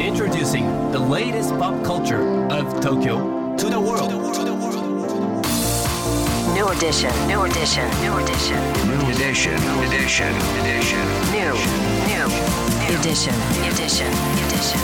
Introducing the latest pop culture of Tokyo to the world. New edition, new edition, new edition, New edition, edition, edition. new edition, edition, edition.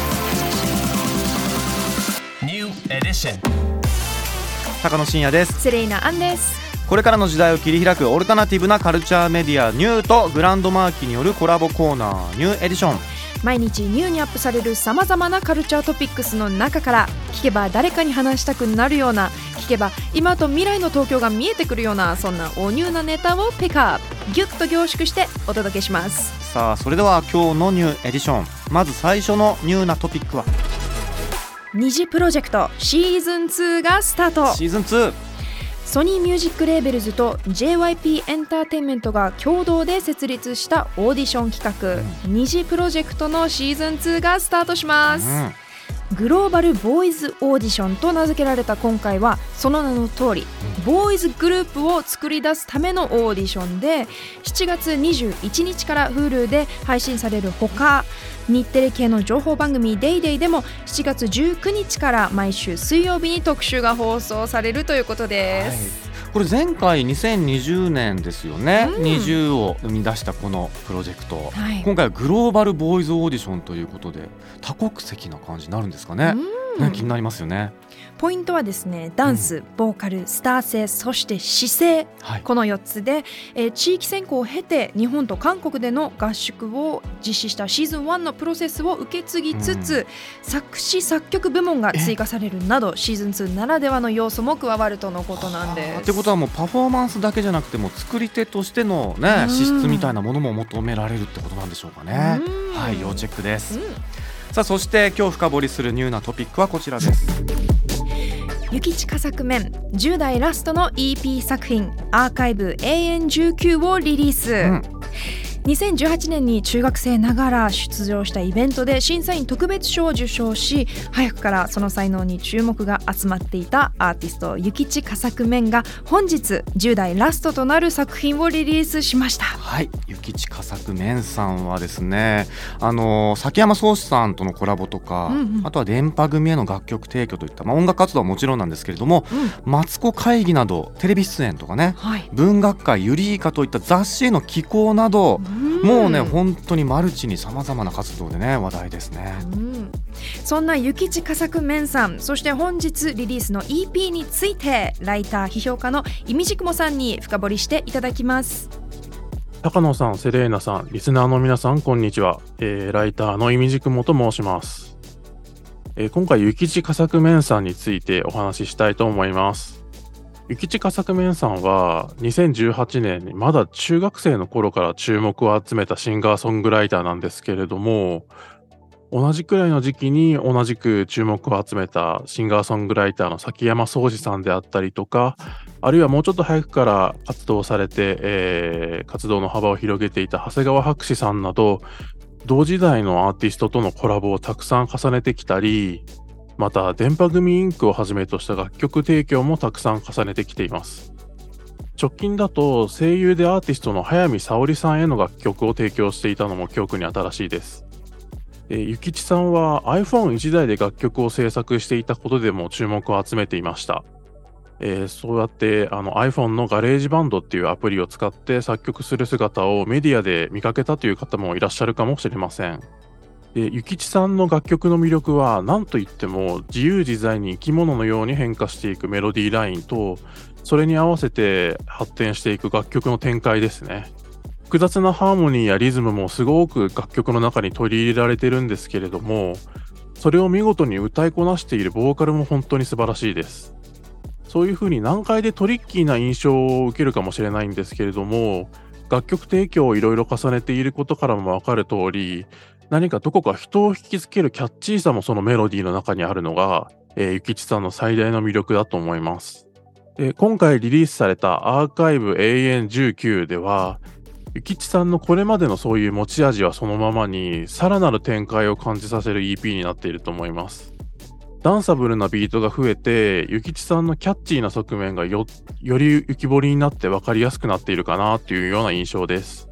New edition. 高野真也です。 セレイナアンです。 これからの時代を切り開くオルタナティブなカルチャーメディアニューとグランドマーキによるコラボコーナーニューエディション。 毎日ニューにアップされるさまざまなカルチャートピックスの中から聞けば誰かに話したくなるような、聞けば今と未来の東京が見えてくるような、そんなおニューなネタをピックアップギュッと凝縮してお届けします。 さあそれでは今日のニューエディション、まず最初のニューなトピックは二次プロジェクトシーズン2がスタート。 シーズン2。 ソニーミュージックレーベルズと JYP エンターテインメントが共同で設立したオーディション企画、二次プロジェクトのシーズン2がスタートします。グローバルボーイズオーディションと名付けられた今回は、その名の通りボーイズグループを作り出すためのオーディションで、7月21日から Hulu で配信されるほか、日テレ系の情報番組 DayDay でも7月19日から毎週水曜日に特集が放送されるということです。 これ前回2020年ですよね、20を生み出したこのプロジェクト、今回はグローバルボーイズオーディションということで多国籍な感じになるんですかね。気になりますよね。 ポイントはですね、ダンス、ボーカル、スター性、そして姿勢、この4つで、地域選考を経て日本と韓国での合宿を実施したシーズン1のプロセスを受け継ぎつつ、作詞作曲部門が追加されるなどシーズン2ならではの要素も加わるとのことなんです。 ってことはもうパフォーマンスだけじゃなくても作り手としての、ね、資質みたいなものも求められるってことなんでしょうかね。はい、要チェックです。さあそして今日深掘りするニューなトピックはこちらです。 諭吉佳作面10代ラストの EP 作品アーカイブ AN19 をリリース。2018年に中学生ながら出場したイベントで審査員特別賞を受賞し、早くからその才能に注目が集まっていたアーティスト諭吉佳作面が本日10代ラストとなる作品をリリースしました。 はい、諭吉佳作面さんはですね、崎山壮志さんとのコラボとか、あとは電波組への楽曲提供といった、音楽活動はもちろんなんですけれども、マツコ会議などテレビ出演とかね、文学界ユリイカといった雑誌への寄稿など、もうね本当にマルチにさまざまな活動でね話題ですね。 そんな諭吉佳作面さん、そして本日リリースの EP についてライター批評家のイミジクモさんに深掘りしていただきます。 高野さん、セレーナさん、リスナーの皆さんこんにちは。ライターのイミジクモと申します。今回諭吉佳作面さんについてお話ししたいと思います。諭吉佳作面さんは2018年にまだ中学生の頃から注目を集めたシンガーソングライターなんですけれども、同じくらいの時期に同じく注目を集めたシンガーソングライターの崎山蒼志さんであったりとか、あるいはもうちょっと早くから活動されて、活動の幅を広げていた長谷川博士さんなど同時代のアーティストとのコラボをたくさん重ねてきたり、また電波組インクをはじめとした楽曲提供もたくさん重ねてきています。直近だと声優でアーティストの早見沙織さんへの楽曲を提供していたのも記憶に新しいです。諭吉さんは iPhone1 台で楽曲を制作していたことでも注目を集めていました。そうやってiPhone のガレージバンドっていうアプリを使って作曲する姿をメディアで見かけたという方もいらっしゃるかもしれません。諭吉さんの楽曲の魅力は何といっても自由自在に生き物のように変化していくメロディーラインと、それに合わせて発展していく楽曲の展開ですね。複雑なハーモニーやリズムもすごく楽曲の中に取り入れられてるんですけれども、それを見事に歌いこなしているボーカルも本当に素晴らしいです。そういう風に難解でトリッキーな印象を受けるかもしれないんですけれども、楽曲提供をいろいろ重ねていることからも分かる通り、何かどこか人を引きつけるキャッチーさもそのメロディーの中にあるのが、諭吉さんの最大の魅力だと思います。今回リリースされたアーカイブ AN19 では、諭吉さんのこれまでのそういう持ち味はそのままに、さらなる展開を感じさせる EP になっていると思います。ダンサブルなビートが増えて、諭吉さんのキャッチーな側面がより浮き彫りになって分かりやすくなっているかなというような印象です。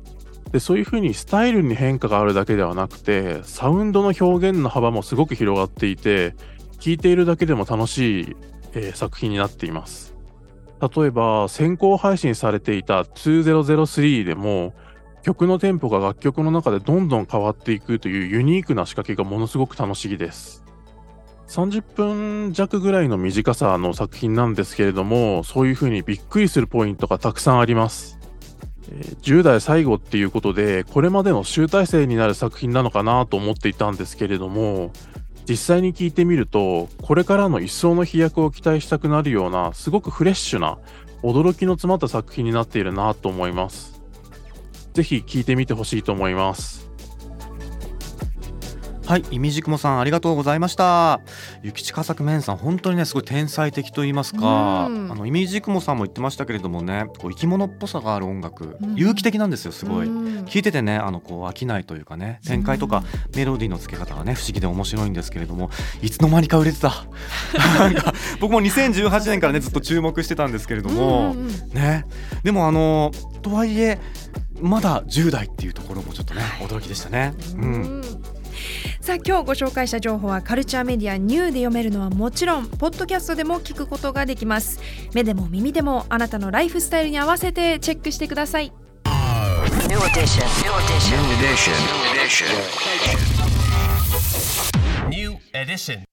でそういう風にスタイルに変化があるだけではなくて、サウンドの表現の幅もすごく広がっていて、聴いているだけでも楽しい、作品になっています。例えば先行配信されていた2003でも、曲のテンポが楽曲の中でどんどん変わっていくというユニークな仕掛けがものすごく楽しいです。30分弱ぐらいの短さの作品なんですけれども、そういう風にびっくりするポイントがたくさんあります。10代最後っていうことで、これまでの集大成になる作品なのかなと思っていたんですけれども、実際に聴いてみると、これからの一層の飛躍を期待したくなるような、すごくフレッシュな驚きの詰まった作品になっているなと思います。ぜひ聴いてみてほしいと思います。 はい、いみじくもさんありがとうございました。諭吉佳作面さん本当にねすごい天才的と言いますか、いみじくもさんも言ってましたけれどもね、こう生き物っぽさがある音楽、有機的なんですよ。すごい聴いててねこう飽きないというかね、展開とかメロディーの付け方がね不思議で面白いんですけれども、いつの間にか売れてたなんか僕も2018年からねずっと注目してたんですけれども、ね、でもとはいえまだ10代っていうところもちょっとね驚きでしたね。 さあ今日ご紹介した情報はカルチャーメディアニューで読めるのはもちろん、ポッドキャストでも聞くことができます。目でも耳でもあなたのライフスタイルに合わせてチェックしてください。 New edition. New edition. New edition.